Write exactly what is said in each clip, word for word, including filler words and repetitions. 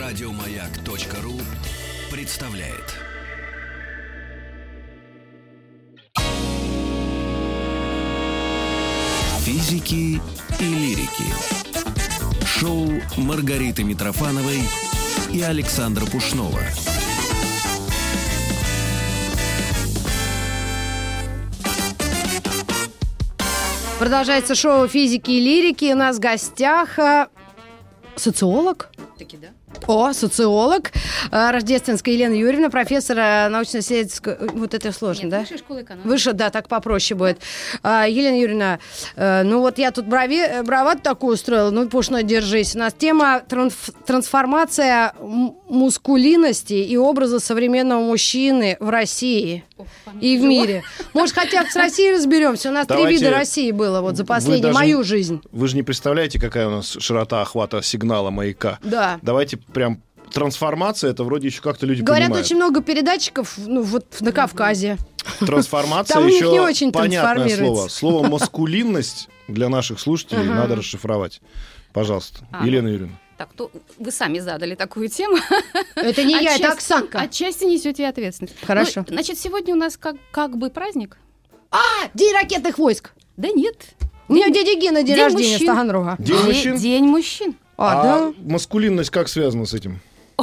Радиомаяк.ру представляет. Физики и лирики. Шоу Маргариты Митрофановой и Александра Пушнова. Продолжается шоу «Физики и лирики». У нас в гостях э, социолог. Таки да. О, социолог. Э, Рождественская Елена Юрьевна, профессор э, научно-исследовательской... Вот это сложно, Нет, да? Высшей школы экономики. Выше, да, так попроще будет. Э, Елена Юрьевна, э, ну вот я тут брови, брават такую устроила, ну, Пушной, держись. У нас тема транс- трансформация м- мускулинности и образа современного мужчины в России. Ох, И в мире. Может, хотя бы с Россией разберемся. У нас Давайте, три вида России было вот за последнюю даже, мою жизнь. Вы же не представляете, какая у нас широта охвата сигнала маяка. Да. Давайте прям... Трансформация, это вроде еще как-то люди Говорят, понимают. очень много передатчиков, ну, вот на Кавказе. Трансформация Там у них еще не очень понятное слово. трансформируется. Слово «маскулинность» для наших слушателей Ага. надо расшифровать. Пожалуйста, А, Елена Юрьевна. Так, то вы сами задали такую тему. Это не я, это Отчасти- Оксанка. Отчасти несете ответственность. Хорошо. Ну, значит, сегодня у нас как, как бы праздник? А, День ракетных войск. Да нет. У меня у дяди Гена день День рождения мужчин. с Таганрога. День мужчин? День мужчин. А, А да? маскулинность как связана с этим?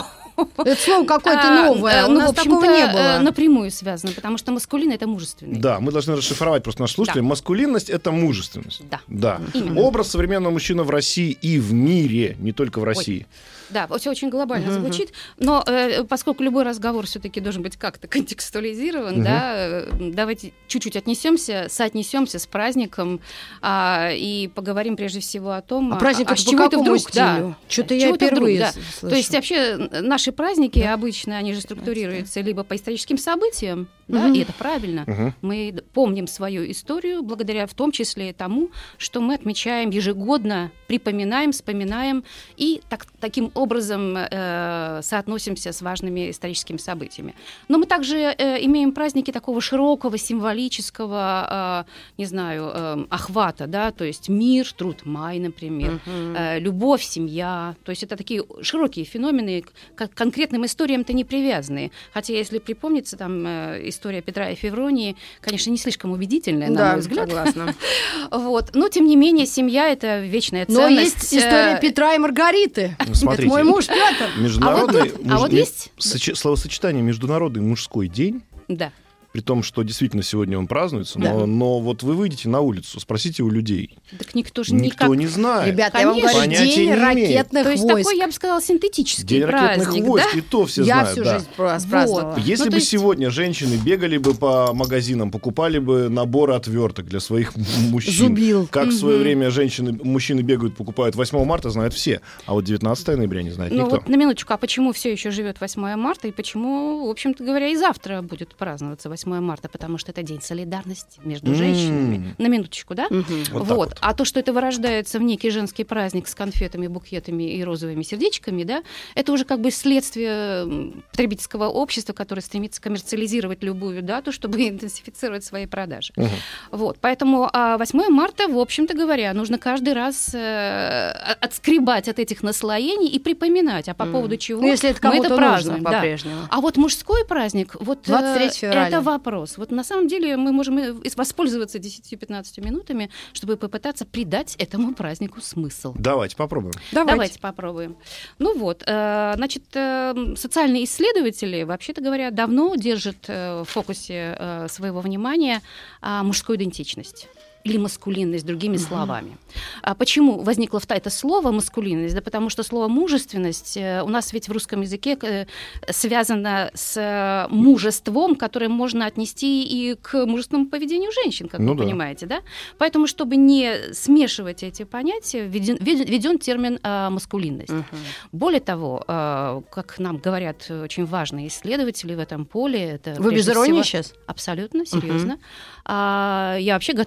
Это слово какое-то А, новое. э, У ну, нас в общем-то, такого не э, было. напрямую связано, потому что маскулин — это мужественный. Да, мы должны расшифровать просто наши слушатели. Да. Маскулинность — это мужественность. Да. Да. Именно. Образ современного мужчины в России и в мире, не только в России. Да, все очень глобально Мгм. звучит, но э, поскольку любой разговор все-таки должен быть как-то контекстуализирован, Мгм. да, э, давайте чуть-чуть отнесемся, соотнесемся с праздником а, и поговорим прежде всего о том, А праздник а, это с по чего это какому вдруг, да. стилю? Что-то С я чего это вдруг, впервые да. слышу. То есть вообще наши праздники обычно, они же структурируются либо по историческим событиям, да, Мгм. и это правильно. Мгм. Мы д- помним свою историю благодаря в том числе тому, что мы отмечаем ежегодно, припоминаем, вспоминаем и так, таким образом э, соотносимся с важными историческими событиями. Но мы также э, имеем праздники такого широкого, символического, э, не знаю, э, охвата, да, то есть мир, труд, май, например, Мгм. э, любовь, семья. То есть это такие широкие феномены, к к конкретным историям-то не привязанные. Хотя, если припомнится, там э, история Петра и Февронии, конечно, не слишком убедительная, на Да, мой взгляд. согласна. Вот. Но, тем не менее, семья — это вечная Но ценность. есть история Э, Петра и Маргариты. Ну, смотрите. Это мой муж Петр. Международный, А вот- а вот муж- есть- сочи- словосочетание «международный мужской день», Да. при том, что действительно сегодня он празднуется, Да. но, но вот вы выйдете на улицу, спросите у людей. Так никто же Никто никак... не знает. Ребята, я вам Конечно. говорю, Понятия День не имеет. ракетных То есть войск. такой, я бы сказала, синтетический День ракетных праздник, войск, да? и то все Я знают. всю да. жизнь про- праздновала. Если Ну, то бы есть- сегодня женщины бегали бы по магазинам, покупали бы наборы отверток для своих м- мужчин. Зубил. Как в свое Мгм. время женщины, мужчины бегают, покупают восьмого марта, знают все. А вот девятнадцатого ноября не знает Ну никто. вот на минуточку, а почему все еще живет восьмое марта, и почему, в общем-то говоря, и завтра будет праздноваться восьмое марта, потому что это день солидарности между М. женщинами. На минуточку, да? Мгм. Вот Вот. так вот. А то, что это вырождается в некий женский праздник с конфетами, букетами и розовыми сердечками, да, это уже как бы следствие м, потребительского общества, которое стремится коммерциализировать любую дату, чтобы интенсифицировать свои продажи. Мгм. Вот. Поэтому а, восьмое марта, в общем-то говоря, нужно каждый раз э, отскребать от этих наслоений и припоминать, а по Мгм. поводу чего Ну, если это мы кому-то это нужно празднуем. Да. по-прежнему. А вот мужской праздник, вот э, двадцать третьего февраля. это вопрос. Вот на самом деле мы можем э, воспользоваться десятью-пятнадцатью минутами, чтобы попытаться придать этому празднику смысл. Давайте попробуем. Давайте. Давайте попробуем. Ну вот, э, значит, э, социальные исследователи, вообще-то говоря, давно держат э, в фокусе э, своего внимания э, мужскую идентичность. Или маскулинность, другими Мгм. словами. А почему возникло в- это слово маскулинность? Да потому что слово мужественность э, у нас ведь в русском языке э, связано с э, мужеством, которое можно отнести и к мужественному поведению женщин, как Ну вы да. понимаете, да? Поэтому, чтобы не смешивать эти понятия, введен, введен- введен термин э, маскулинность. Мгм. Более того, э, как нам говорят очень важные исследователи в этом поле, это Вы без прежде иронии всего- сейчас? Абсолютно, серьезно. А, я вообще готова адвокатировать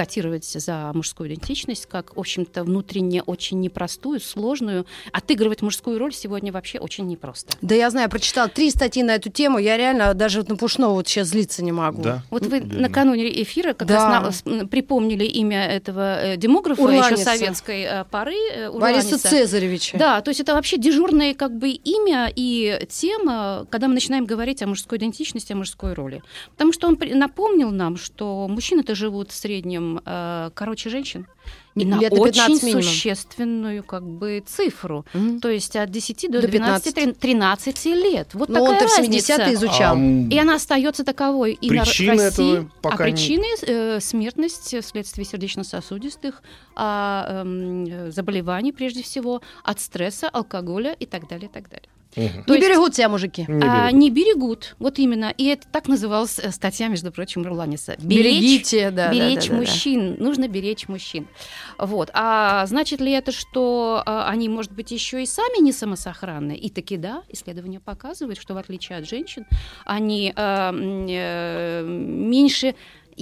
котировать за мужскую идентичность, как, в общем-то, внутренне очень непростую, сложную. Отыгрывать мужскую роль сегодня вообще очень непросто. Да, я знаю, прочитала три статьи на эту тему, я реально даже вот на Пушного вот сейчас злиться не могу. Да. Вот вы Верно. накануне эфира как Да. раз на- припомнили имя этого демографа Урланица. еще советской э, поры. э, Бориса Урланица. Цезаревича. Да, то есть это вообще дежурное как бы имя и тема, когда мы начинаем говорить о мужской идентичности, о мужской роли. Потому что он при- напомнил нам, что мужчины-то живут в среднем э, короче женщин. И на Лет на очень пятнадцать минимум. существенную как бы цифру. Мгм. То есть от десяти до До двенадцати тринадцати лет. Вот Ну, такая он-то в разница. семидесятые изучал. А, м, И она остается таковой и Причины на России. этого пока а не- причины э, смертность вследствие сердечно-сосудистых а, эм, заболеваний, прежде всего, от стресса, алкоголя и так далее, и так далее. мгм. То Не есть, берегут себя мужики. Не а, берегут. не берегут, вот именно. И это так называлась э, статья, между прочим, Урланиса. Беречь, Берегите, да, да, беречь да, да, да. мужчин, нужно беречь мужчин. Вот. А значит ли это, что а, они, может быть, еще и сами не самосохранны? И таки да, исследования показывают, что в отличие от женщин, они а, м, э, меньше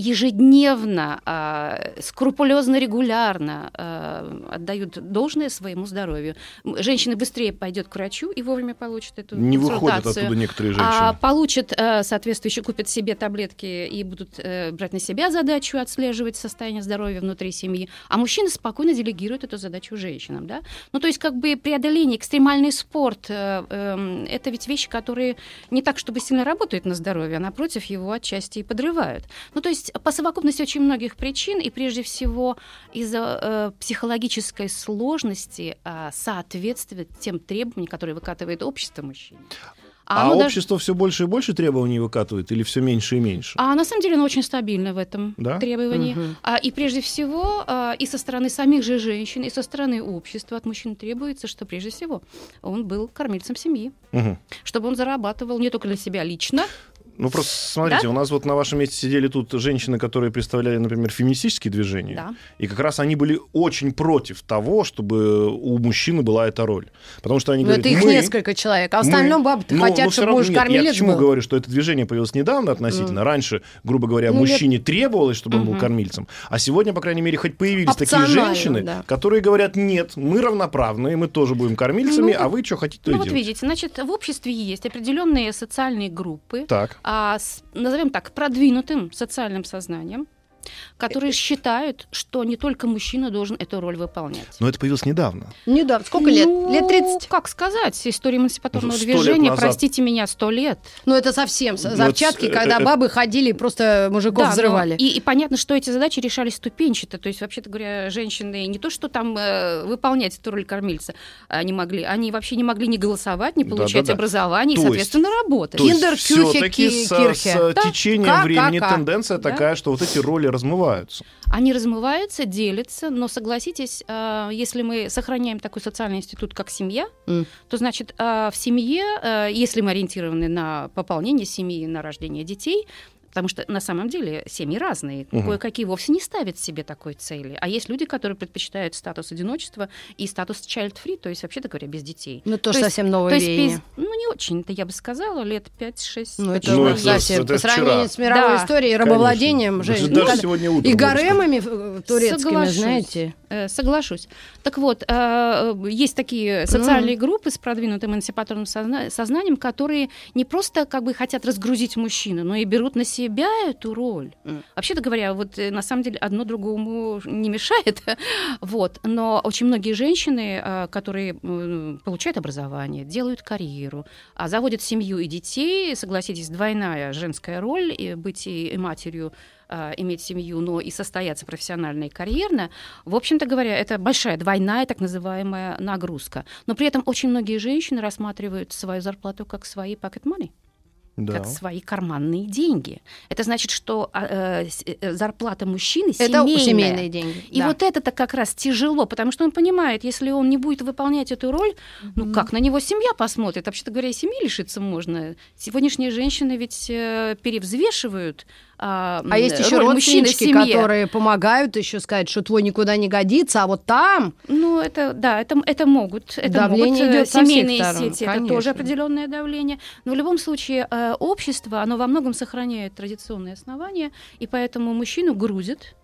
ежедневно, э, скрупулезно, регулярно э, отдают должное своему здоровью. М, Женщины быстрее пойдет к врачу и вовремя получат эту Не выходят консультацию. оттуда некоторые женщины. А получат э, соответствующие, купят себе таблетки и будут э, брать на себя задачу отслеживать состояние здоровья внутри семьи. А мужчины спокойно делегируют эту задачу женщинам. Да? Ну, то есть, как бы преодоление, экстремальный спорт э, э, это ведь вещи, которые не так, чтобы сильно работают на здоровье, а напротив, его отчасти и подрывают. Ну, то есть, по совокупности очень многих причин, и прежде всего из-за э, психологической сложности э, соответствовать тем требованиям, которые выкатывает общество мужчин. А, оно даже- общество все больше и больше требований выкатывает или все меньше и меньше? А на самом деле оно очень стабильно в этом Да? требовании. Мгм. А, и прежде всего а, и со стороны самих же женщин, и со стороны общества от мужчин требуется, что прежде всего он был кормильцем семьи, Мгм. чтобы он зарабатывал не только для себя лично. Ну, просто смотрите, Да? у нас вот на вашем месте сидели тут женщины, которые представляли, например, феминистические движения. Да. И как раз они были очень против того, чтобы у мужчины была эта роль. Потому что они Но говорят, это их мы... несколько человек, а в мы- остальном бабы-то Ну, хотят, но всё чтобы равно муж нет. Я к кормилец чему был. говорю, что это движение появилось недавно относительно. Раньше, грубо говоря, Ну, мужчине требовалось, чтобы он был Мгм. кормильцем. А сегодня, по крайней мере, хоть появились такие Опционально, женщины, да. которые говорят, нет, мы равноправные, мы тоже будем кормильцами, Ну, а вы что хотите, то Ну и вот делайте. видите, значит, в обществе есть определенные социальные группы, Так. а, с, назовем так, продвинутым социальным сознанием, которые считают, что не только мужчина должен эту роль выполнять. Но это появилось недавно. Не да, сколько лет? Ну, Лет тридцать? Как сказать, история эмансипаторного Сто лет движения, назад. простите меня, сто лет. Ну, это совсем с- Ну, зачатки, это- когда это- бабы ходили и просто мужиков Да, но взрывали. И, и понятно, что эти задачи решались ступенчато. То есть, вообще-то говоря, женщины не то, что там э, выполнять эту роль кормильца они могли, они вообще не могли ни голосовать, ни получать Да-да-да. образование, То и, есть- соответственно, работать. То есть Киндер-кюхе, всё-таки ки- с, кирхе. с Да. течением Ка- времени ка- ка. тенденция Да. такая, что вот эти роли размываются. Они размываются, делятся, но согласитесь, э, если мы сохраняем такой социальный институт, как семья, М. то значит э, в семье, э, если мы ориентированы на пополнение семьи, на рождение детей, потому что на самом деле семьи разные, Мгм. кое-какие вовсе не ставят себе такой цели, а есть люди, которые предпочитают статус одиночества и статус child-free, то есть, вообще-то говоря, без детей. Ну, тоже То есть- совсем новое То есть, веяние. без- ну, не очень-то, я бы сказала, лет пять-шесть. Ну, это, Ну, вот, это- совсем это по вчера. сравнению с мировой Да, историей, рабовладением Конечно. женщин. Даже Ну, когда- сегодня утром. И можно гаремами э, турецкими, Соглашусь. знаете. Э, Соглашусь. Так вот, э, есть такие социальные группы с продвинутым эмансипаторным созна- сознанием, которые не просто как бы хотят разгрузить мужчину, но и берут на себя эту роль. М. Вообще-то говоря, вот э, на самом деле одно другому не мешает, вот. Но очень многие женщины, э, которые м, получают образование, делают карьеру, а заводят семью и детей, согласитесь, двойная женская роль, и быть и, и матерью, э, иметь семью, но и состояться профессионально и карьерно, в общем-то говоря, это большая двойная так называемая нагрузка. Но при этом очень многие женщины рассматривают свою зарплату как свои pocket money, Да. как свои карманные деньги. Это значит, что э, с- э, зарплата мужчины Это семейная. семейные деньги. И да. вот это-то как раз тяжело, потому что он понимает, если он не будет выполнять эту роль, ну как на него семья посмотрит? Вообще-то говоря, и семьи лишиться можно. Сегодняшние женщины ведь э, перевзвешивают а, А есть еще роль мужчины в родственнички, семье. которые помогают еще сказать, что твой никуда не годится, а вот там... Ну, это, да, это, это могут. Это Давление могут, э, идёт со всех семейные сторон, сети, это конечно. тоже определенное давление. Но в любом случае э, общество, оно во многом сохраняет традиционные основания, и поэтому мужчину грузят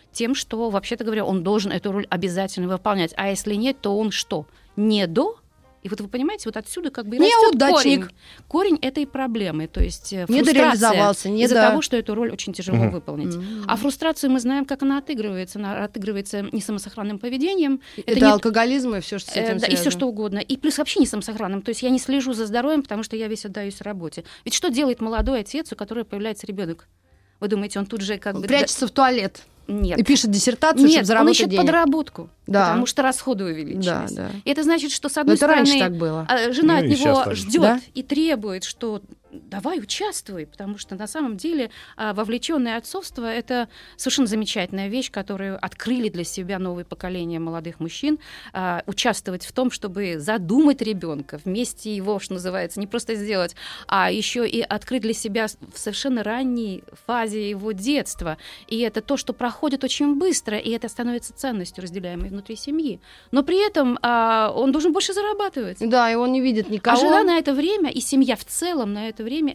тем, что, вообще-то говоря, он должен эту роль обязательно выполнять. А если нет, то он что? Не до? И вот вы понимаете, вот отсюда как бы и растет корень. Корень этой проблемы, то есть фрустрация не из-за до... того, что эту роль очень тяжело угу. выполнить. Mm-hmm. А фрустрацию мы знаем, как она отыгрывается. Она отыгрывается несамосохранным поведением. Это, это не... алкоголизм и все, что с этим э, да, связано. И все что угодно. И плюс вообще несамосохранным. То есть я не слежу за здоровьем, потому что я весь отдаюсь работе. Ведь что делает молодой отец, у которого появляется ребенок? Вы думаете, он тут же как бы... Прячется в туалет. Нет. И пишет диссертацию, Нет, чтобы заработать денег. Нет, он ищет подработку, да. потому что расходы увеличились. Да, да. И это значит, что, с одной Но это стороны, раньше так было. жена ну, от него ждет да? и требует, что давай участвуй, потому что на самом деле вовлеченное отцовство — это совершенно замечательная вещь, которую открыли для себя новые поколения молодых мужчин, участвовать в том, чтобы задумать ребенка, вместе его, что называется, не просто сделать, а еще и открыть для себя в совершенно ранней фазе его детства. И это то, что проходит очень быстро, и это становится ценностью, разделяемой внутри семьи. Но при этом он должен больше зарабатывать. Да, и он не видит никого. А жена на это время, и семья в целом на это время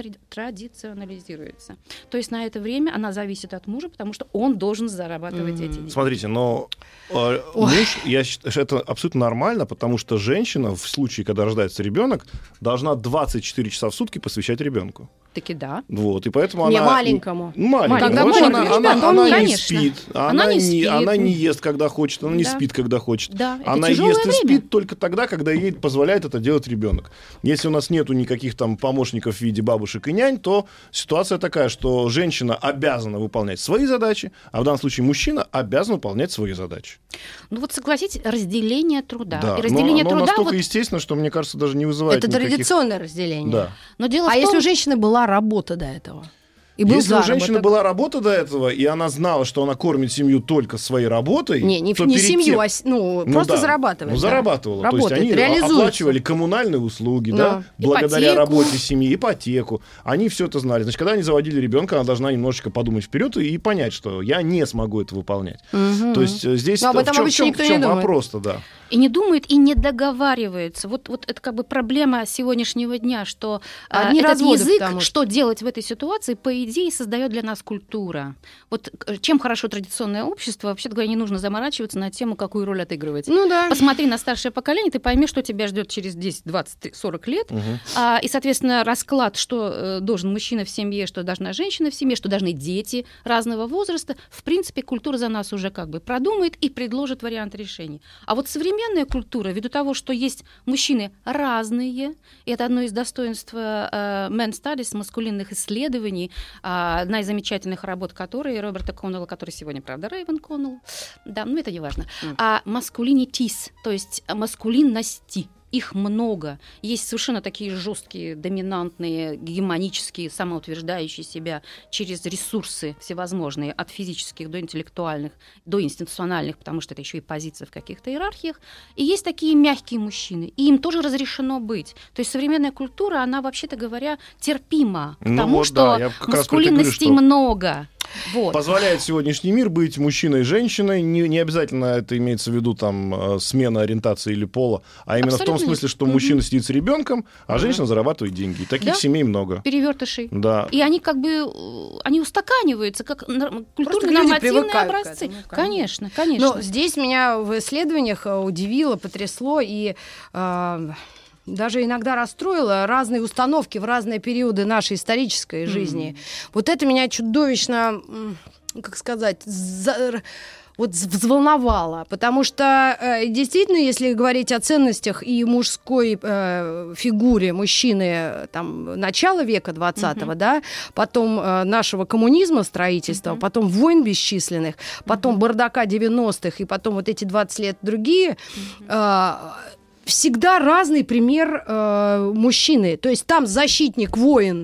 ретрадиционализируется. То есть на это время она зависит от мужа, потому что он должен зарабатывать mm-hmm. эти деньги. Смотрите, но э, муж, я считаю, что это абсолютно нормально, потому что женщина в случае, когда рождается ребенок, должна двадцать четыре часа в сутки посвящать ребенку. Таки да. Вот, и поэтому не она... маленькому. Маленькому. Когда она, маленький, она, она, она не конечно. спит, она, она, не, не, спит. она не ест, когда хочет, она не да. спит, когда хочет. Да, она ест и время. спит только тогда, когда ей позволяет это делать ребенок. Если у нас нету никаких там помощников в виде бабушек и нянь, то ситуация такая, что женщина обязана выполнять свои задачи, а в данном случае мужчина обязан выполнять свои задачи. Ну вот согласитесь, разделение труда. Да, и разделение но труда оно настолько вот... естественно, что, мне кажется, даже не вызывает Это никаких... традиционное разделение. Да. Но дело а в том... если у женщины была работа до этого? И был Если заработок. у женщины была работа до этого, и она знала, что она кормит семью только своей работой... Не, не, то не перед семью, тем... а ну, ну, просто да. зарабатывать. Ну, да. зарабатывала. Работает, то есть они реализуется. оплачивали коммунальные услуги, да, да. благодаря ипотеку. работе семьи, ипотеку. Они все это знали. Значит, когда они заводили ребенка, она должна немножечко подумать вперед и понять, что я не смогу это выполнять. Угу. То есть здесь об этом в чем, обычно в чем, никто в чем не думает. вопрос-то, да. И не думает, и не договаривается. Вот, вот это как бы проблема сегодняшнего дня, что Одни этот разводы, язык, потому что... что делать в этой ситуации, по идее, создает для нас культура. Вот чем хорошо традиционное общество, вообще-то говоря, не нужно заморачиваться на тему, какую роль отыгрывать. Ну да. Посмотри на старшее поколение, ты поймешь, что тебя ждет через десять, двадцать, сорок лет. Угу. А, и, соответственно, расклад, что э, должен мужчина в семье, что должна женщина в семье, что должны дети разного возраста. В принципе, культура за нас уже как бы продумает и предложит вариант решений. А вот современная культура, ввиду того, что есть мужчины разные, и это одно из достоинств э, Men Studies, маскулинных исследований, э, одна из замечательных работ которой Роберта Коннелла, который сегодня, правда, Рейвен Коннелл, да, ну это не важно, mm. а masculinities, то есть маскулинности. Их много. Есть совершенно такие жесткие, доминантные, гегемонические, самоутверждающие себя через ресурсы всевозможные, от физических до интеллектуальных, до институциональных, потому что это еще и позиция в каких-то иерархиях. И есть такие мягкие мужчины, и им тоже разрешено быть. То есть современная культура, она, вообще-то говоря, терпима к ну, тому, вот, что да, маскулинностей говорю, что... много. Вот. Позволяет сегодняшний мир быть мужчиной и женщиной. Не, не обязательно это имеется в виду там смена ориентации или пола, а именно Абсолютно. В том смысле, что Mm-hmm. мужчина сидит с ребенком, а Mm-hmm. женщина зарабатывает деньги. И таких да? семей много. Перевертышей. Да. И они как бы они устаканиваются, как культурно-нормативные образцы. Этому, конечно, конечно. Но здесь меня в исследованиях удивило, потрясло и... Э, даже иногда расстроило разные установки в разные периоды нашей исторической mm. жизни. Вот это меня чудовищно, как сказать, за, вот взволновало. Потому что э, действительно, если говорить о ценностях и мужской э, фигуре мужчины там, начала века двадцатого, mm-hmm. да, потом э, нашего коммунизма, строительства, mm-hmm. потом войн бесчисленных, потом mm-hmm. бардака девяностых и потом вот эти двадцать лет другие... Mm-hmm. Э, всегда разный пример э, мужчины. То есть там защитник, воин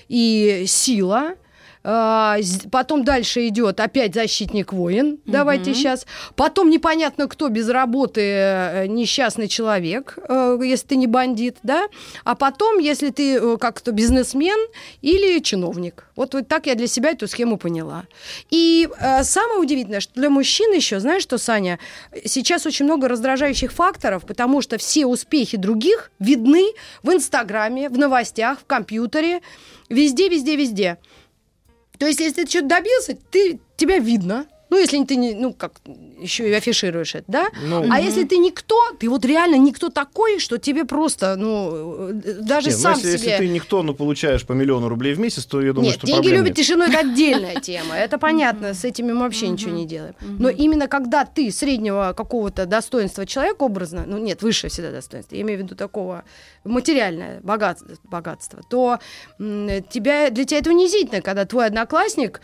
и сила. Э, потом дальше идет опять защитник, воин. Mm-hmm. Давайте сейчас. Потом непонятно кто, без работы, э, несчастный человек, э, если ты не бандит, да. А потом, если ты э, как-то бизнесмен или чиновник. Вот, вот так я для себя эту схему поняла. И э, самое удивительное, что для мужчин еще, знаешь что, Саня, сейчас очень много раздражающих факторов, потому что все успехи других видны в Инстаграме, в новостях, в компьютере, везде, везде, везде. То есть, если ты что-то добился, ты, тебя видно. Ну, если ты не, ну, как еще и афишируешь это, да? Ну, а угу. если ты никто, ты вот реально никто такой, что тебе просто, ну, даже Нет, сам ну, если, себе... если ты никто, но получаешь по миллиону рублей в месяц, то я думаю, Нет, что деньги проблем любят нет. тишину, это отдельная тема. Это понятно, с этим мы вообще ничего не делаем. Но именно когда ты среднего какого-то достоинства человека образно, ну, нет, высшее всегда достоинство, я имею в виду такого материальное богатство, богатство то м, тебя, для тебя это унизительно, когда твой одноклассник,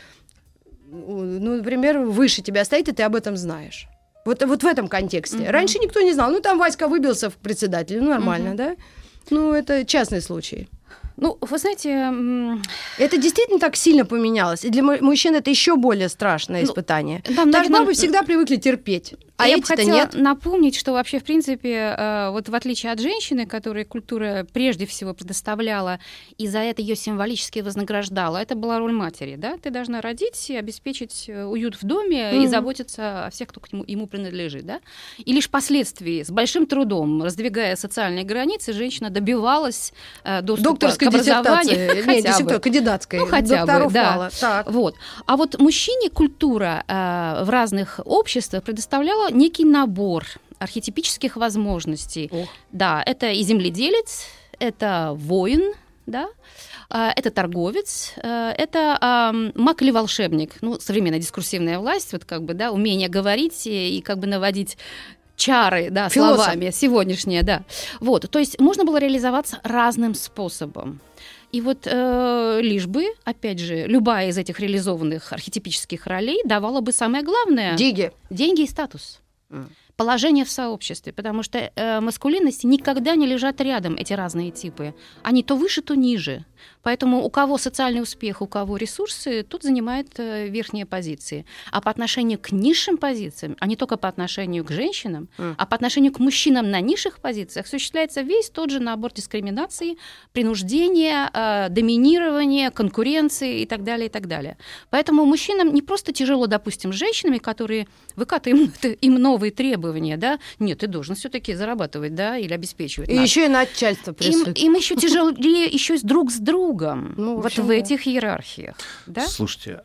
ну, например, выше тебя стоит, и ты об этом знаешь. Вот, вот в этом контексте. Uh-huh. Раньше никто не знал. Ну, там Васька выбился в председателе. Ну, нормально, uh-huh. да? Ну, это частный случай. Ну, вы знаете... Это действительно так сильно поменялось. И для мужчин это еще более страшное ну, испытание. Там, Даже бабы всегда привыкли терпеть. А я бы хотела нет. напомнить, что вообще, в принципе, вот в отличие от женщины, которой культура прежде всего предоставляла и за это ее символически вознаграждала, это была роль матери, да? Ты должна родить, обеспечить уют в доме mm-hmm. и заботиться о всех, кто к нему, ему принадлежит, да? И лишь впоследствии, с большим трудом, раздвигая социальные границы, женщина добивалась доступа к образованию. Нет, диссертации, кандидатской. Ну, хотя бы, да. Так. Вот. А вот мужчине культура в разных обществах предоставляла некий набор архетипических возможностей. Ох. Да, это и земледелец, это воин, да, это торговец, это маг или волшебник. Ну, современная дискурсивная власть, вот как бы, да, умение говорить и как бы наводить чары, да, Философ. Словами, сегодняшнее, да. Вот, то есть можно было реализоваться разным способом. И вот э, лишь бы, опять же, любая из этих реализованных архетипических ролей давала бы самое главное... Деньги. Деньги и статус. Mm. Положение в сообществе, потому что э, маскулинности никогда не лежат рядом, эти разные типы. Они то выше, то ниже. Поэтому у кого социальный успех, у кого ресурсы, тут занимает э, верхние позиции. А по отношению к низшим позициям, а не только по отношению к женщинам, mm. а по отношению к мужчинам на низших позициях, осуществляется весь тот же набор дискриминации, принуждения, э, доминирования, конкуренции и так далее, и так далее. Поэтому мужчинам не просто тяжело, допустим, с женщинами, которые выкатывают им новые требования, да, нет, ты должен все-таки зарабатывать, да, или обеспечивать. И нас. Еще и начальство присутствует. Им, им еще тяжелее еще друг с другом, ну, вот в да. этих иерархиях. Да? Слушайте,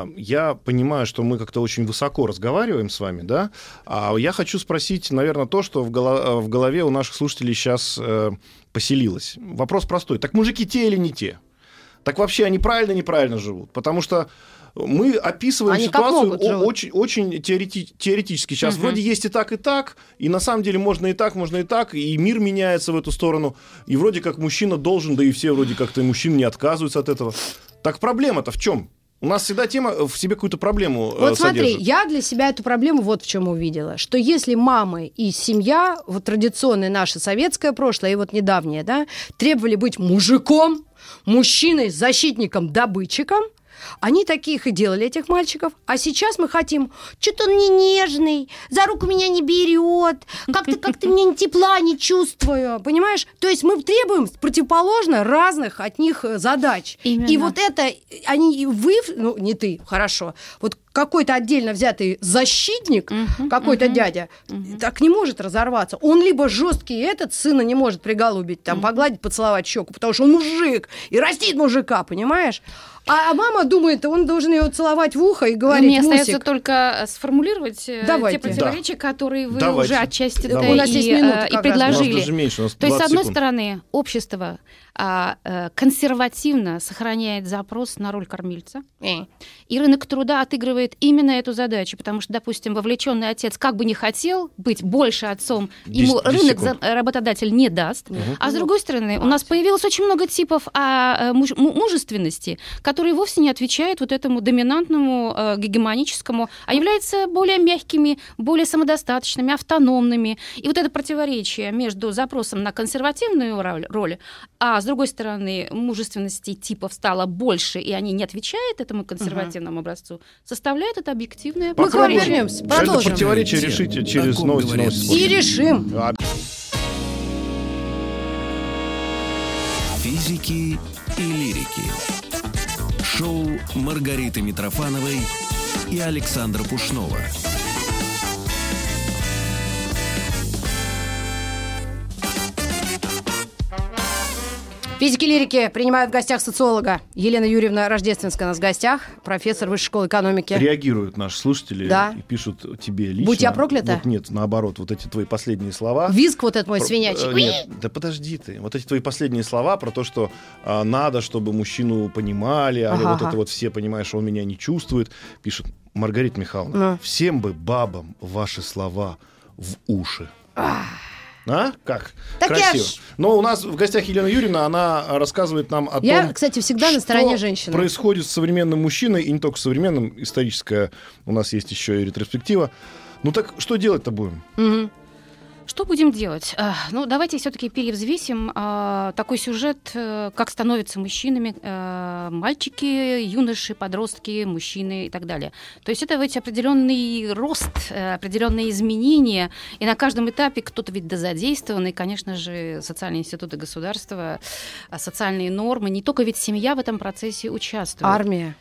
я понимаю, что мы как-то очень высоко разговариваем с вами, да, а я хочу спросить, наверное, то, что в голове у наших слушателей сейчас поселилось. Вопрос простой. Так мужики те или не те? Так вообще они правильно-неправильно живут? Потому что мы описываем Они ситуацию очень, очень теорети- теоретически. Сейчас uh-huh. вроде есть и так, и так, и на самом деле можно и так, можно и так, и мир меняется в эту сторону, и вроде как мужчина должен, да и все вроде как-то мужчины не отказываются от этого. Так проблема-то в чем? У нас всегда тема в себе какую-то проблему Вот э, смотри, содержит. я для себя эту проблему вот в чем увидела, что если мамы и семья, вот традиционное наше советское прошлое и вот недавнее, да, требовали быть мужиком, мужчиной, защитником, добытчиком, они таких и делали, этих мальчиков. А сейчас мы хотим, что-то он не нежный, за руку меня не берет, как-то, как-то мне ни тепла не чувствую, понимаешь? То есть мы требуем противоположно разных от них задач. Именно. И вот это, они, вы, ну не ты, хорошо, вот какой-то отдельно взятый защитник, uh-huh, какой-то uh-huh, дядя, uh-huh. так не может разорваться. Он либо жесткий этот, сына не может приголубить, там, uh-huh. погладить, поцеловать щеку, потому что он мужик, и растит мужика, понимаешь? А мама думает, он должен ее целовать в ухо и говорить: мне Мусик. остается только сформулировать Давайте. те противоречия, да. которые вы Давайте. уже отчасти Давайте. и, у нас есть минута, и предложили. У нас даже меньше, у нас То есть, с одной секунд. стороны, общество а, а, консервативно сохраняет запрос на роль кормильца, э. и рынок труда отыгрывает именно эту задачу, потому что, допустим, вовлеченный отец как бы не хотел быть больше отцом, ему рынок за, работодатель не даст. Угу. А с другой стороны, у нас появилось очень много типов а, муж, мужественности, которые вовсе не отвечают вот этому доминантному, а, гегемоническому, а являются более мягкими, более самодостаточными, автономными. И вот это противоречие между запросом на консервативную роль, а с другой стороны, мужественности типов стало больше, и они не отвечают этому консервативному uh-huh. образцу, составляет это объективное. Мы к вам вернемся, продолжим. Это противоречие решите через новости, новости. И решим. Физики и лирики. Шоу Маргариты Митрофановой и Александра Пушнова. Физики лирики принимают в гостях социолога. Елена Юрьевна Рождественская у нас в гостях, профессор Высшей школы экономики. Реагируют наши слушатели Да. и пишут тебе лично. Будь я проклята? Вот нет, наоборот, вот эти твои последние слова. Визг вот этот мой Про- свинячий. э, Нет, да подожди ты. Вот эти твои последние слова про то, что а, надо, чтобы мужчину понимали, а Ага, вот ага. это вот все понимают, что он меня не чувствует, пишет Маргарита Михайловна. Ну. Всем бы бабам ваши слова в уши. А? Как? Так я Красиво. ж- Но у нас в гостях Елена Юрьевна, она рассказывает нам о Я, том, кстати, всегда на что стороне женщины. происходит с современным мужчиной, и не только современным, историческая, у нас есть еще и ретроспектива. Ну так что делать-то будем? Мгм. Что будем делать? А, Ну, давайте все-таки перевзвесим а, такой сюжет, э, как становятся мужчинами э, мальчики, юноши, подростки, мужчины и так далее. То есть это ведь определенный рост, э, определенные изменения, и на каждом этапе кто-то ведь дозадействован, и, конечно же, социальные институты государства, а, социальные нормы, не только ведь семья в этом процессе участвует. Армия.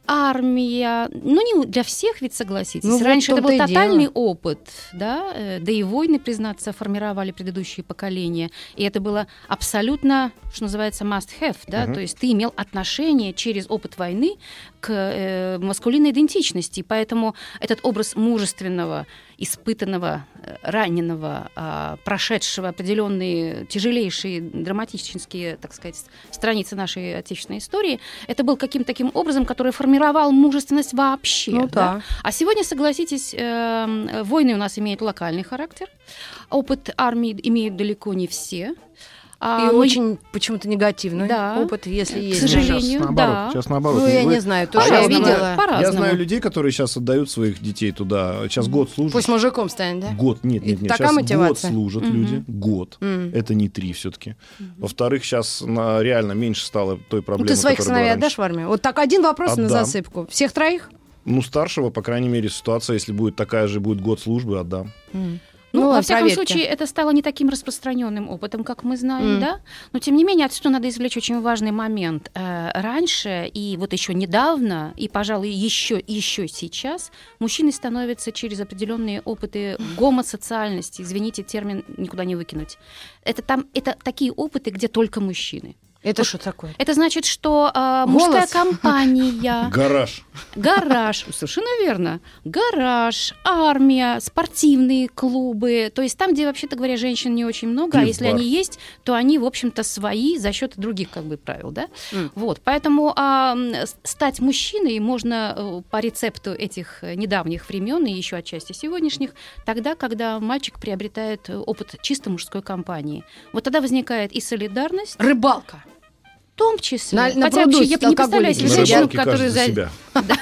Армия, ну не для всех, ведь согласитесь. Ну, вот Раньше в это был том-то и тотальный дело. опыт, да, э, да и войны, признаться, формировали предыдущие поколения, и это было абсолютно, что называется, must-have, да, Мгм. то есть ты имел отношение через опыт войны к э, маскулинной идентичности, поэтому этот образ мужественного, испытанного, э, раненого, а, прошедшего определенные тяжелейшие драматические, так сказать, страницы нашей отечественной истории, это был каким-то таким образом, который формировал мужественность вообще. Ну да. да. А сегодня, согласитесь, э, войны у нас имеют локальный характер, опыт армии имеют далеко не все. И А, но очень почему-то негативный Да. опыт, если К есть. сожалению, Сейчас наоборот. да. Сейчас наоборот. Ну, я Вы- не знаю, А тоже я я знаю- видела. по-разному. Я знаю людей, которые сейчас отдают своих детей туда. Сейчас год служат. Пусть мужиком станет, да? Год, нет, нет, нет. Такая Сейчас год мотивация. служат Мгм. люди. Год. М. Это не три все-таки. Во-вторых, сейчас на- реально меньше стало той Ну, проблемы, ты своих которая была сыновей раньше. отдашь в армию? Вот так один вопрос на Отдам. засыпку. Всех троих? Ну, старшего, по крайней мере, ситуация, если будет такая же, будет год службы, отдам. Ну, Ну, во ладно, всяком проверьте. случае, это стало не таким распространенным опытом, как мы знаем, Мгм. да. Но тем не менее, отсюда надо извлечь очень важный момент. Э, Раньше и вот еще недавно, и, пожалуй, еще еще сейчас мужчины становятся через определенные опыты гомосоциальности. Извините, термин никуда не выкинуть. Это там, это такие опыты, где только мужчины. Это что такое? Это значит, что э, Голос. мужская компания, Гараж. гараж, совершенно верно, гараж, армия, спортивные клубы, то есть там, где, вообще-то говоря, женщин не очень много, а если Пивбар. они есть, то они, в общем-то, свои за счет других, как бы, правил, да? М. Вот, поэтому а, м, с- стать мужчиной можно э, по рецепту этих э, недавних времен и еще отчасти сегодняшних, тогда, когда мальчик приобретает э, опыт чисто мужской компании. Вот тогда возникает и солидарность, Рыбалка. в том числе. На- на Хотя пруду вообще, я с не представляю себе алкоголиками. На женщину, рыбалке которая каждый за за... себя.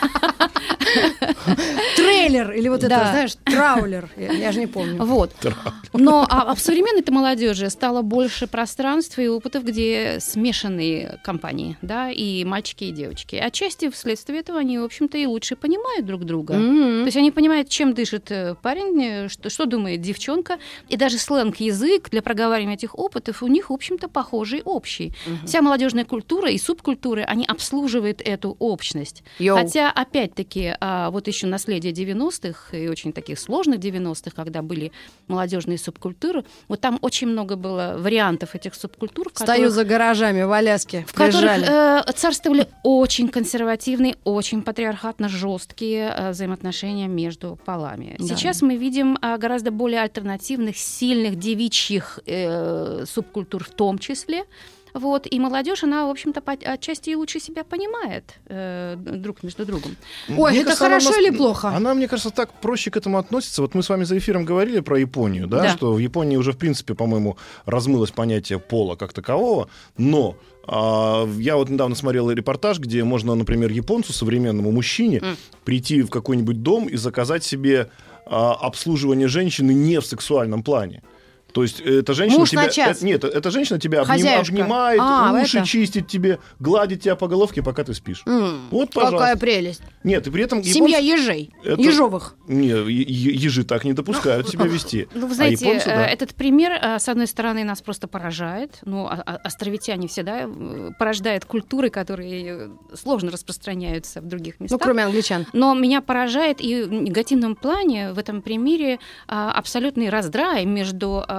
Трейлер или вот это, Да. знаешь, траулер. Я, я же не помню. Вот. Но а, а в современной-то молодежи стало больше пространства и опытов, где смешанные компании, да, и мальчики, и девочки. Отчасти вследствие этого они, в общем-то, и лучше понимают друг друга. То М. есть они понимают, чем дышит э, парень, э, что, что думает девчонка, и даже сленг-язык для проговаривания этих опытов у них, в общем-то, похожий, общий. Вся молодежная культура и субкультуры, они обслуживают эту общность. Йоу. Хотя, опять-таки, а, вот еще наследие девяностых и очень таких сложных девяностых, когда были молодежные субкультуры, вот там очень много было вариантов этих субкультур, в Стою которых, за гаражами в Аляске. в которых Приезжали. э, царствовали очень консервативные, очень патриархатно жесткие э, взаимоотношения между полами. Да. Сейчас мы видим а, гораздо более альтернативных, сильных девичьих э, субкультур в том числе. Вот, и молодежь, она, в общем-то, по- отчасти и лучше себя понимает э, друг между другом. Ой, Мне это кажется, она хорошо нас- или плохо? Она, мне кажется, так проще к этому относится. Вот мы с вами за эфиром говорили про Японию, да, Да. что в Японии уже, в принципе, по-моему, размылось понятие пола как такового, но а, я вот недавно смотрел репортаж, где можно, например, японцу, современному мужчине, М. прийти в какой-нибудь дом и заказать себе а, обслуживание женщины не в сексуальном плане. То есть эта женщина Муж тебя... на час. э, нет, эта женщина тебя обним- Хозяюшка. обнимает, А, уши это? чистит тебе, гладит тебя по головке, пока ты спишь. М, Вот, Какая пожалуйста. прелесть. Нет, и при этом... Семья японцы- ежей. Это- Ежовых. Не, е- е- ежи так не допускают себя вести. Ну, вы А знаете, японцы, да. э, этот пример, э, с одной стороны, нас просто поражает. Ну, а- а- островитяне всегда э, порождают культуры, которые э, сложно распространяются в других Ну, местах. кроме англичан. Но меня поражает и в негативном плане в этом примере а, абсолютный раздрай между а,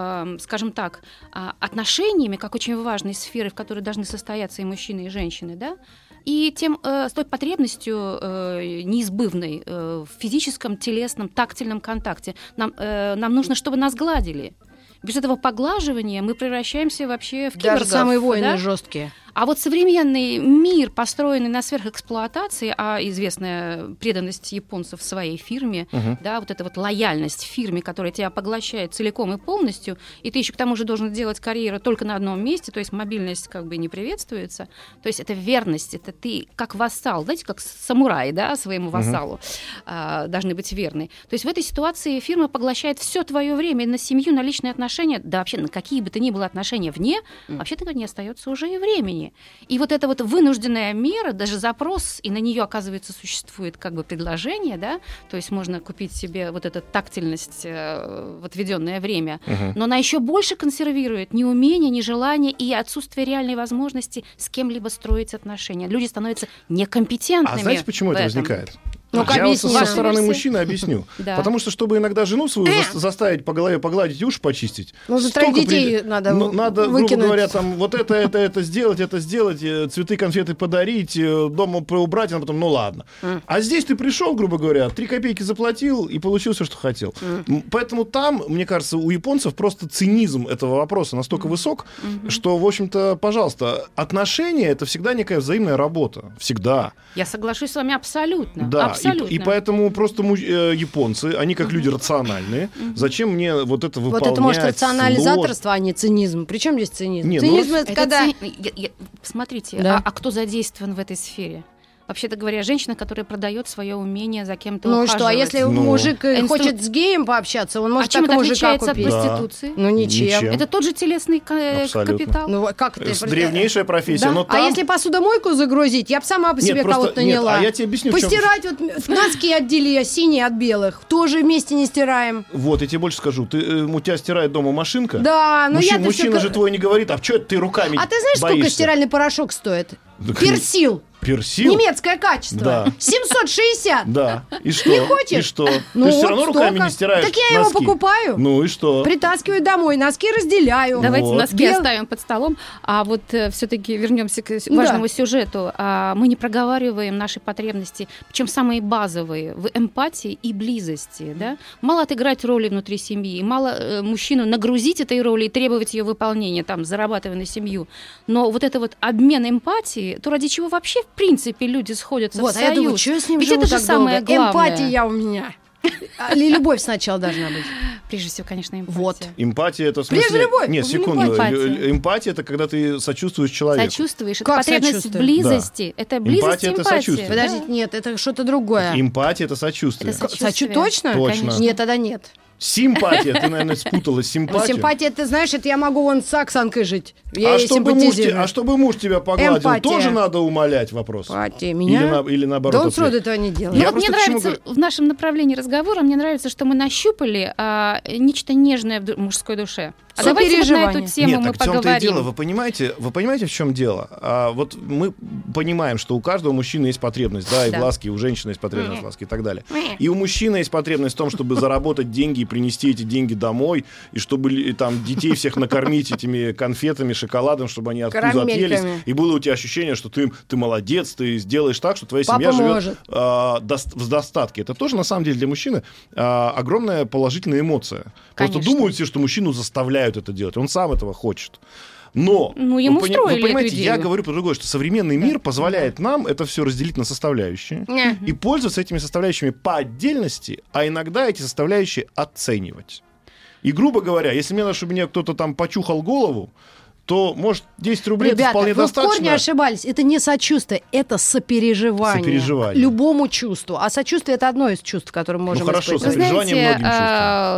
э, скажем так, э, отношениями, как очень важной сферой, в которой должны состояться и мужчины, и женщины, да, и тем, э, с той потребностью э, неизбывной э, в физическом, телесном, тактильном контакте. Нам, э, нам нужно, чтобы нас гладили. Без этого поглаживания мы превращаемся вообще в киборгов. Даже самые войны да? жесткие. А вот современный мир, построенный на сверхэксплуатации, а известная преданность японцев своей фирме, uh-huh. да, вот эта вот лояльность фирме, которая тебя поглощает целиком и полностью, и ты еще к тому же должен делать карьеру только на одном месте, то есть мобильность как бы не приветствуется, то есть это верность, это ты как вассал, знаете, как самурай, да, своему вассалу uh-huh. а, должны быть верны. То есть в этой ситуации фирма поглощает все твое время на семью, на личные отношения, да вообще на какие бы то ни было отношения вне, uh-huh. вообще-то не остается уже и времени. И вот эта вот вынужденная мера, даже запрос, и на нее, оказывается, существует как бы предложение, да, то есть можно купить себе вот эту тактильность э, в отведенное время, uh-huh. но она еще больше консервирует неумение, нежелание и отсутствие реальной возможности с кем-либо строить отношения. Люди становятся некомпетентными. А знаете, почему это возникает? Ну, я вот со стороны версия. мужчины объясню. Да. Потому что, чтобы иногда жену свою за- заставить по голове погладить и уши почистить, ну, за троих детей при... надо ну, надо, выкинуть. грубо говоря, там, вот это, это, это сделать, это сделать, цветы, конфеты подарить, дома поубрать, а потом, ну ладно. Mm. А здесь ты пришел, грубо говоря, три копейки заплатил и получил все, что хотел. Mm. Поэтому там, мне кажется, у японцев просто цинизм этого вопроса настолько mm. высок, mm-hmm. что, в общем-то, пожалуйста, отношения — это всегда некая взаимная работа. Всегда. Я соглашусь с вами абсолютно. Да, абсолютно. И, и поэтому просто му- э, японцы, они как uh-huh. люди рациональные. Uh-huh. Зачем мне вот это выполнять? Вот это, может, рационализаторство, а не цинизм. Причем здесь цинизм? Не, цинизм ну, это, это когда... ци... я, я... Смотрите, да. а, а кто задействован в этой сфере? Вообще-то говоря, женщина, которая продает свое умение за кем-то Ну ухаживать. что, а если ну... мужик Инстру... хочет с геем пообщаться, он может а чем так это мужика отличается купить? от проституции? Ну ничем. Ничем. Это тот же телесный к... капитал. Ну как это? С- Древнейшая профессия, Да. но там... А если посудомойку загрузить, я бы сама по себе Нет, просто- кого-то нет, наняла. а я тебе объясню, в чем- Постирать вот носки отдели синие от белых. Тоже вместе не стираем. Вот, я тебе больше скажу. Ты, э, у тебя стирает дома машинка. Да, но Мужчина, я-то мужчина всё... же твой не говорит, а что это ты руками А ты знаешь, сколько боишься? стиральный порошок стоит? Да, Персил. Персил? Немецкое качество. Да. семьсот шестьдесят. Да. И что? Не хочешь? И что? Ну Ты все вот равно столько. руками не стираешь Так я его носки? покупаю. Ну и что? Притаскиваю домой, носки разделяю. Давайте Вот. носки Бел- оставим под столом, а вот э, все-таки вернемся к важному Да. сюжету. А, мы не проговариваем наши потребности, причем самые базовые, в эмпатии и близости. Да? Мало отыграть роли внутри семьи, мало э, мужчину нагрузить этой роли и требовать ее выполнения, там, зарабатывая на семью. Но вот это вот обмен эмпатии, то ради чего вообще, в принципе, люди сходятся Вот, в а я союз. думаю, что я с ним Ведь живу это же так самое долго? главное. Эмпатия у меня. А, Или любовь сначала должна быть. Прежде всего, конечно, эмпатия. Вот. Эмпатия — это в смысле... Прежде любовь. Нет, Ну, секунду. эмпатия. Лю- Эмпатия — это когда ты сочувствуешь человеку. Сочувствуешь. Как Это потребность сочувствую? в близости. Это близость Эмпатия и — это эмпатия. сочувствие. Подождите, нет, это что-то другое. Эмпатия — это сочувствие. Это Сочу сочувствие. точно? Точно. Конечно. Нет, тогда нет. Симпатия. Ты, наверное, спутала Ну, симпатию. симпатия, ты знаешь, это я могу вон с Оксанкой жить. Я А ей чтобы, муж, те- симпатизирую. а чтобы муж тебя погладил, Эмпатия. тоже надо умолять вопрос. Эмпатия меня? Или, на- или наоборот. Да он ответ. сроду этого не делает. Ну Я вот мне просто к чему нравится в нашем направлении разговора, мне нравится, что мы нащупали а, нечто нежное в ду- мужской душе. А давайте вот на Сопереживание. эту тему Нет, мы так в чем-то и поговорим. дело. Вы понимаете, вы понимаете, в чем дело? А, вот мы понимаем, что у каждого мужчины есть потребность, да, и Да. в ласке, и у женщины есть потребность в ласке и так далее. И у мужчины есть потребность в том, чтобы заработать деньги и принести эти деньги домой, и чтобы ли- там детей всех накормить этими конфетами, шоколадом, чтобы они от пуза отъелись. Карамельками. И было у тебя ощущение, что ты, ты молодец, ты сделаешь так, что твоя Папа семья живет может. а, дос- в достатке. Это тоже, на самом деле, для мужчины а, огромная положительная эмоция. Просто Конечно. думают все, что мужчину заставляют это делать. Он сам этого хочет. Но, Ну, ему вы, пони- встроили вы понимаете, эту я идею. говорю про другое, что современный мир позволяет нам это все разделить на составляющие Не. и пользоваться этими составляющими по отдельности, а иногда эти составляющие оценивать. И, грубо говоря, если мне надо, чтобы мне кто-то там почухал голову, то, может, десять рублей это Ребята, вполне вы в достаточно. корне ошибались. Это не сочувствие, это сопереживание. Сопереживание. Любому чувству. А сочувствие — это одно из чувств, которое мы можем Ну, хорошо, испытывать. Вы сопереживание знаете, многим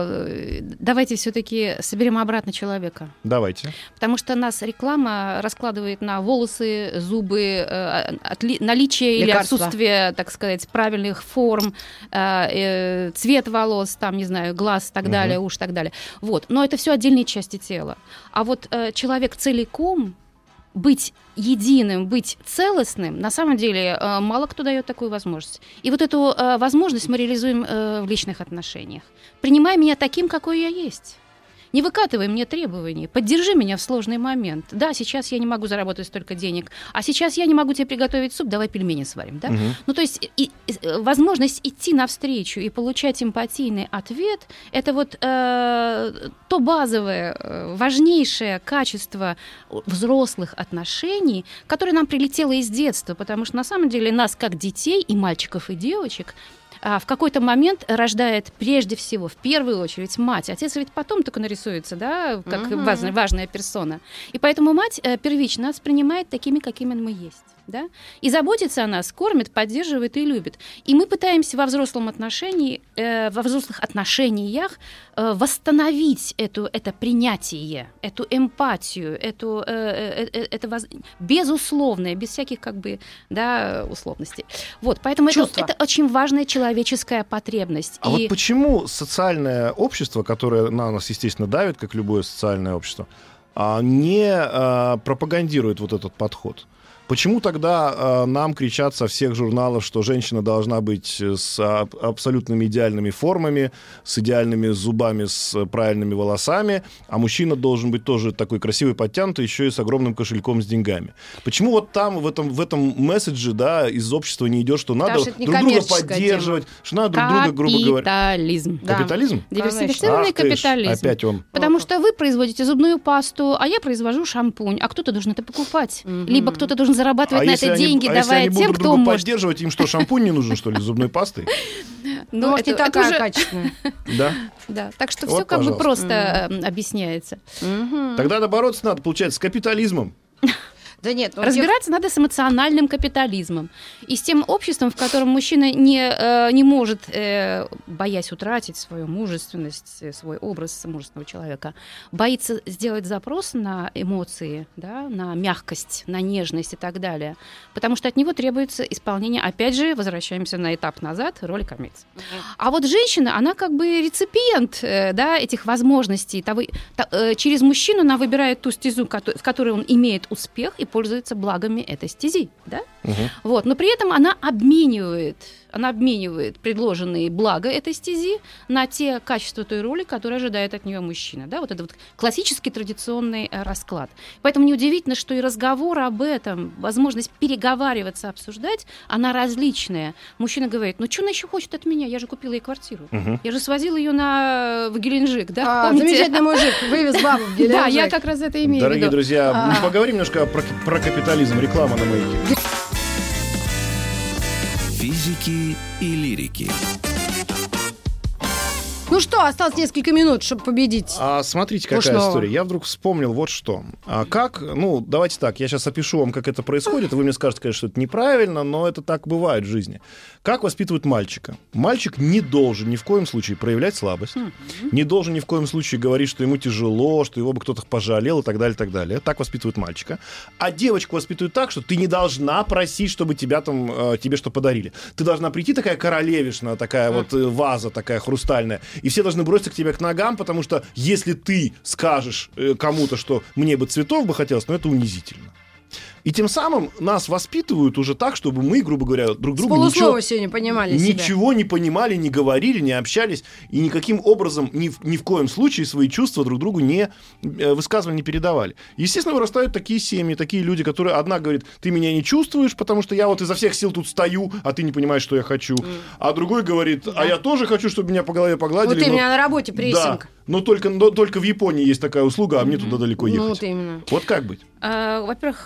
а, давайте все-таки соберем обратно человека. Давайте. Потому что нас реклама раскладывает на волосы, зубы, э, отли- наличие или Лекарства. отсутствие, так сказать, правильных форм, э, э, цвет волос, там, не знаю, глаз и так Мгм. далее, уши и так далее. Вот. Но это все отдельные части тела. А вот э, человек целиком, быть единым, быть целостным, на самом деле э, мало кто дает такую возможность. И вот эту э, возможность мы реализуем э, в личных отношениях. Принимай меня таким, какой я есть. Не выкатывай мне требований, поддержи меня в сложный момент. Да, сейчас я не могу заработать столько денег, а сейчас я не могу тебе приготовить суп, давай пельмени сварим. Да? Угу. Ну, то есть и, и, возможность идти навстречу и получать эмпатийный ответ – это вот э, то базовое, э, важнейшее качество взрослых отношений, которое нам прилетело из детства, потому что на самом деле нас, как детей, и мальчиков, и девочек, в какой-то момент рождает прежде всего, в первую очередь, мать. Отец ведь потом только нарисуется, да, как uh-huh. важная, важная персона. И поэтому мать первично нас принимает такими, какими мы есть. Да? И заботится о нас, кормит, поддерживает и любит. И мы пытаемся во взрослом отношении, э, во взрослых отношениях э, восстановить эту, это принятие, эту эмпатию, эту, э, э, э, это воз... безусловное, без всяких как бы, да, условностей. Вот, поэтому это, это очень важная человеческая потребность. А и... вот почему социальное общество, которое на нас, естественно, давит, как любое социальное общество, не пропагандирует вот этот подход? Почему тогда э, нам кричат со всех журналов, что женщина должна быть с а, абсолютными идеальными формами, с идеальными зубами, с правильными волосами, а мужчина должен быть тоже такой красивый, подтянутый, еще и с огромным кошельком с деньгами? Почему вот там, в этом, в этом месседже, да, из общества не идет, что надо друг друга поддерживать, тема. Что надо друг друга, грубо говоря... Капитализм. Да. Капитализм? Диверсифицированный Ах, капитализм. Опять он. Потому что вы производите зубную пасту, а я произвожу шампунь, а кто-то должен это покупать. Угу. Либо кто-то должен зарабатывать а на это деньги, они, давая а если тем, они кто друг друга может. Поддерживать, им что, шампунь не нужен, что ли, с зубной пастой? Ну, может, не такая качественная. Да? Да, так что все как бы просто объясняется. Тогда бороться надо, получается, с капитализмом. Да нет, ну, разбираться я... надо с эмоциональным капитализмом и с тем обществом, в котором мужчина не, э, не может, э, боясь утратить свою мужественность, свой образ мужественного человека, боится сделать запрос на эмоции, да, на мягкость, на нежность и так далее, потому что от него требуется исполнение, опять же, возвращаемся на этап назад, роли кормильца. Uh-huh. А вот женщина, она как бы реципиент, э, да, этих возможностей, того, та, э, через мужчину она выбирает ту стезю, в которой он имеет успех и пользуется благами этой стези, да? Угу. Вот, но при этом она обменивает, она обменивает предложенные блага этой стези на те качества той роли, которые ожидает от нее мужчина, да? Вот это вот классический традиционный э, расклад. Поэтому неудивительно, что и разговор об этом, возможность переговариваться, обсуждать, она различная. Мужчина говорит: ну что она еще хочет от меня? Я же купила ей квартиру, угу. я же свозила ее на в Геленджик, да? А, замечательный мужик вывез бабу в Геленджик. Да, я как раз это имею в виду. Дорогие друзья, а... поговорим немножко про, про капитализм. Реклама на Маяке. Физики и лирики. Ну что, осталось несколько минут, чтобы победить. А, смотрите, какая Пушного. история. Я вдруг вспомнил вот что. А как, ну, давайте так, я сейчас опишу вам, как это происходит. Вы мне скажете, конечно, что это неправильно, но это так бывает в жизни. Как воспитывают мальчика? Мальчик не должен ни в коем случае проявлять слабость, mm-hmm. не должен ни в коем случае говорить, что ему тяжело, что его бы кто-то пожалел и так далее, и так далее. Так воспитывают мальчика. А девочку воспитывают так, что ты не должна просить, чтобы тебя там, э, тебе что подарили. Ты должна прийти такая королевишна, такая mm-hmm. вот э, ваза такая хрустальная, и все должны броситься к тебе к ногам, потому что если ты скажешь э, кому-то, что мне бы цветов бы хотелось, ну это унизительно. И тем самым нас воспитывают уже так, чтобы мы, грубо говоря, друг друга ничего, не понимали ничего не понимали, не говорили, не общались, и никаким образом, ни в, ни в коем случае свои чувства друг другу не э, высказывали, не передавали. Естественно, вырастают такие семьи, такие люди, которые одна говорит: ты меня не чувствуешь, потому что я вот изо всех сил тут стою, а ты не понимаешь, что я хочу. Mm. А другой говорит: а я тоже хочу, чтобы меня по голове погладили. Вот но... именно на работе прессинг. Да, но только, но только в Японии есть такая услуга, а mm-hmm. мне туда далеко ехать. Ну, вот именно. Вот как быть? А, во-первых,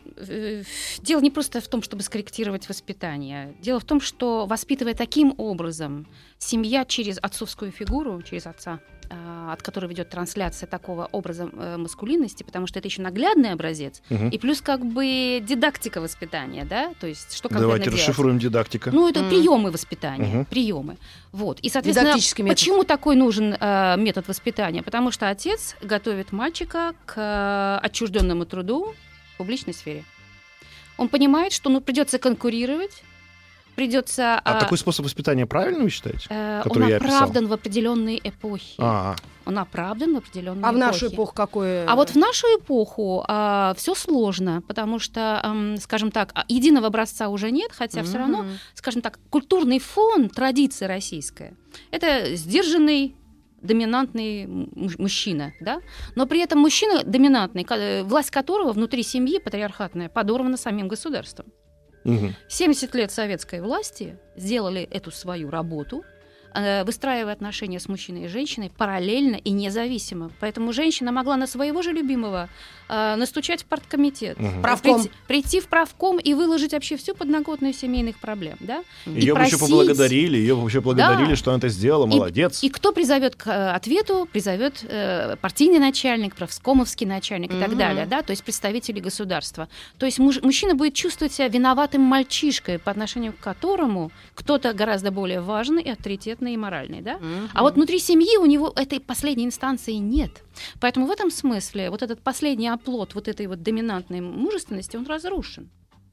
дело не просто в том, чтобы скорректировать воспитание. Дело в том, что, воспитывая таким образом, семья через отцовскую фигуру, через отца, от которого ведет трансляция такого образа маскулинности, потому что это еще наглядный образец, угу. и плюс как бы дидактика воспитания, да, то есть что конкретно Давайте делать. Расшифруем дидактика. Ну, это mm. приемы воспитания, угу. приемы. Вот. И, соответственно, почему такой нужен э, метод воспитания? Потому что отец готовит мальчика к э, отчужденному труду в публичной сфере. Он понимает, что ну, придется конкурировать, придется... А, а такой способ воспитания правильно вы считаете? Э, он оправдан в определенные эпохи. А-а. Он оправдан в определенные эпохи. А в эпохи. нашу эпоху какое? А вот в нашу эпоху а, все сложно, потому что, а, скажем так, единого образца уже нет, хотя mm-hmm. все равно, скажем так, культурный фон, традиция российская — это сдержанный доминантный мужчина, да? Но при этом мужчина доминантный, власть которого внутри семьи патриархатная подорвана самим государством. Угу. семьдесят лет советской власти сделали эту свою работу, выстраивая отношения с мужчиной и женщиной параллельно и независимо. Поэтому женщина могла на своего же любимого э, настучать в парткомитет, угу. прийти, прийти в правком и выложить вообще всю подноготную семейных проблем. Да? Ее бы еще поблагодарили, ее бы еще благодарили, да. что она это сделала, молодец. И, и кто призовет к ответу? Призовет э, партийный начальник, правскомовский начальник угу. и так далее. Да? То есть представители государства. То есть муж, мужчина будет чувствовать себя виноватым мальчишкой, по отношению к которому кто-то гораздо более важный и авторитетный и моральный, да? Mm-hmm. А вот внутри семьи у него этой последней инстанции нет. Поэтому в этом смысле вот этот последний оплот вот этой вот доминантной мужественности, он разрушен.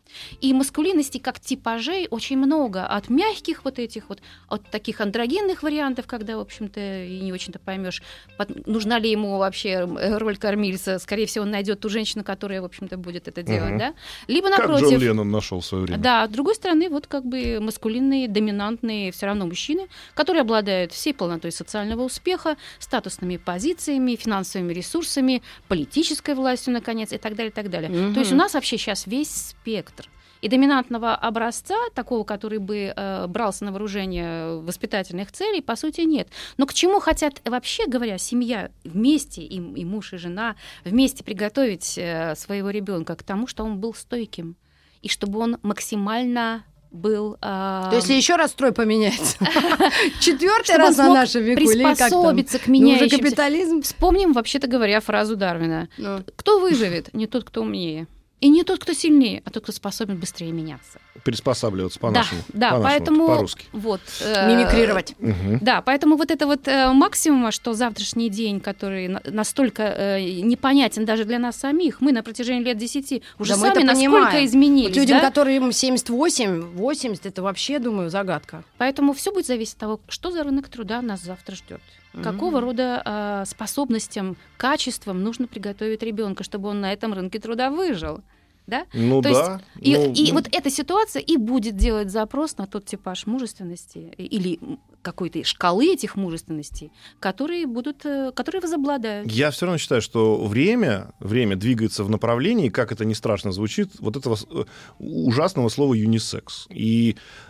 И маскулинности как типажей очень много. От мягких вот этих вот, от таких андрогенных вариантов, когда, в общем-то, и не очень-то поймешь, нужна ли ему вообще роль кормильца. Скорее всего, он найдет ту женщину, которая, в общем-то, будет это делать, угу. да? Либо напротив... Как Джон Леннон нашел в свое время. Да, с другой стороны, вот как бы маскулинные, доминантные все равно мужчины, которые обладают всей полнотой социального успеха, статусными позициями, финансовыми ресурсами, политической властью, наконец, и так далее, и так далее. Угу. То есть у нас вообще сейчас весь спектр. И доминантного образца, такого, который бы э, брался на вооружение воспитательных целей, по сути, нет. Но к чему хотят, вообще говоря, семья вместе, и, и муж, и жена, вместе приготовить э, своего ребенка к тому, что он был стойким, и чтобы он максимально был... Э... То есть, если еще раз строй поменяется, четвертый раз на нашем веку, или как там? Приспособиться к меняющимся. Капитализм. Вспомним, вообще-то говоря, фразу Дарвина. Кто выживет? Не тот, кто умнее. И не тот, кто сильнее, а тот, кто способен быстрее меняться. Приспосабливаться по-нашему. Да, да, по поэтому... По-русски. Вот, э, Мимикрировать. Угу. Да, поэтому вот это вот э, максимум, что завтрашний день, который на- настолько э, непонятен даже для нас самих, мы на протяжении лет десяти уже да сами насколько понимаем. Изменились. Вот людям, да? которым семьдесят восемь, восемьдесят, это вообще, думаю, загадка. Поэтому все будет зависеть от того, что за рынок труда нас завтра ждет. Mm-hmm. Какого рода э, способностям, качествам нужно приготовить ребенка, чтобы он на этом рынке труда выжил. Да? Ну То да. Есть, ну, и, и ну... вот эта ситуация и будет делать запрос на тот типаж мужественности или какой-то шкалы этих мужественностей, которые будут, которые возобладают. Я все равно считаю, что время, время двигается в направлении, как это ни страшно звучит, вот этого ужасного слова юнисекс. И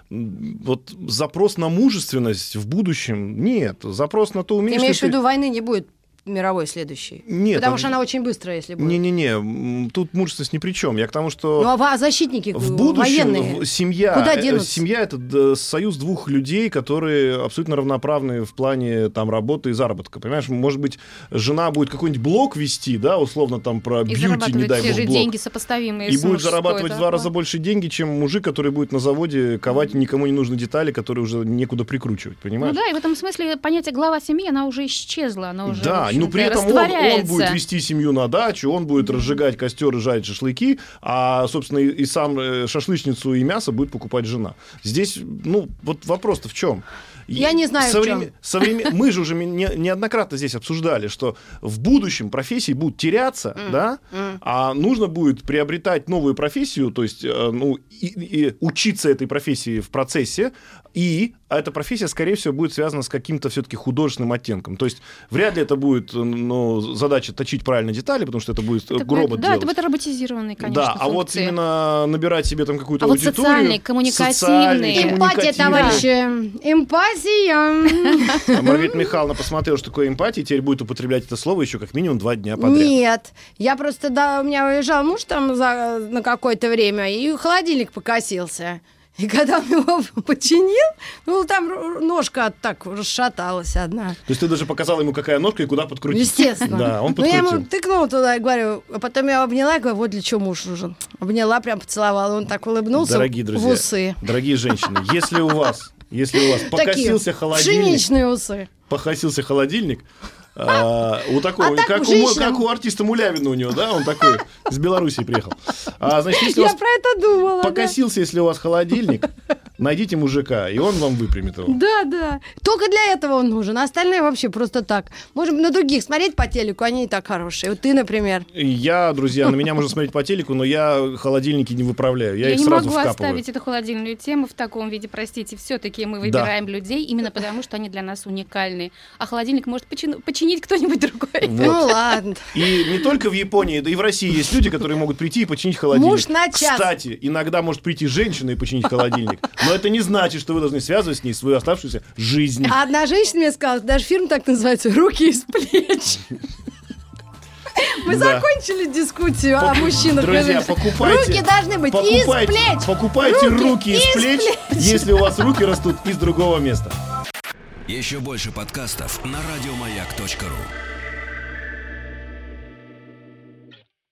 вот запрос на мужественность в будущем нет. Запрос на то, умеешь Ты имеешь в ты... виду, войны не будет? Мировой следующий. Нет. Потому а... что она очень быстрая, если будет. Не-не-не, тут мужественность ни при чем. Я к тому, что... Ну, а защитники в будущем военные семья, куда денутся? Семья — это союз двух людей, которые абсолютно равноправны в плане там, работы и заработка. Понимаешь, может быть, жена будет какой-нибудь блог вести, да, условно там про и бьюти, не дай те бог, же блог. деньги сопоставимые И с будет зарабатывать да, в два раза да. больше деньги, чем мужик, который будет на заводе ковать никому не нужные детали, которые уже некуда прикручивать, понимаешь? Ну да, и в этом смысле понятие глава семьи, она уже исчезла, она уже, да, но при этом он, он будет вести семью на дачу, он будет разжигать костер и жарить шашлыки, а, собственно, и, и сам шашлычницу и мясо будет покупать жена. Здесь, ну, вот вопрос-то в чем? Я не знаю, Соврем... в чем. Соврем... Мы же уже не... неоднократно здесь обсуждали, что в будущем профессии будут теряться, mm. да, mm. а нужно будет приобретать новую профессию, то есть ну, и, и учиться этой профессии в процессе, и а эта профессия, скорее всего, будет связана с каким-то все-таки художественным оттенком. То есть вряд ли это будет ну, задача точить правильно детали, потому что это будет это робот будет, делать. Да, это будет роботизированный, конечно, Да, функции. а вот именно набирать себе там какую-то а аудиторию... вот социальные, коммуникативные. Эмпатия, товарищи. Эмпатия. Маргарита Михайловна посмотрела, что такое эмпатия, теперь будет употреблять это слово еще как минимум два дня подряд. Нет, я просто, да, у меня уезжал муж там за, на какое-то время, и холодильник покосился. И когда он его починил, ну, там ножка так расшаталась одна. То есть ты даже показала ему, какая ножка и куда подкрутить? Естественно. Да, он подкрутил. Ну, я ему тыкнула туда и говорю, а потом я обняла и говорю, вот для чего муж нужен. Обняла, прям поцеловала, он так улыбнулся. Дорогие друзья, в усы. Дорогие женщины, если у вас, если у вас покосился холодильник... Пшеничные усы. Покосился холодильник... А, у такого, а как, у у, как у артиста Мулявина у него, да, он такой с Белоруссии приехал. А, значит, если Я у вас про это думала. покосился, да. если у вас холодильник, найдите мужика, и он вам выпрямит его. Да, да. Только для этого он нужен. Остальные вообще просто так. Можем на других смотреть по телеку, они и так хорошие. Вот ты, например. Я, друзья, на меня можно смотреть по телеку, но я холодильники не выправляю. Я, Я их не сразу могу вкапываю. оставить эту холодильную тему в таком виде, простите. Все-таки мы выбираем людей именно потому, что они для нас уникальны. А холодильник может почини- починить кто-нибудь другой. Ну ладно. И не только в Японии, да и в России есть люди, которые могут прийти и починить холодильник. Муж на час. Кстати, иногда может прийти женщина и починить холодильник. Но это не значит, что вы должны связывать с ней свою оставшуюся жизнь. А одна женщина мне сказала, даже фильм так называется «Руки из плеч». Мы Да. закончили дискуссию о мужчинах. Друзья, покупайте. Руки должны быть покупайте, из плеч. Покупайте руки, Руки из, из плеч, плеч. если у вас руки растут из другого места. Еще больше подкастов на радиомаяк точка ру.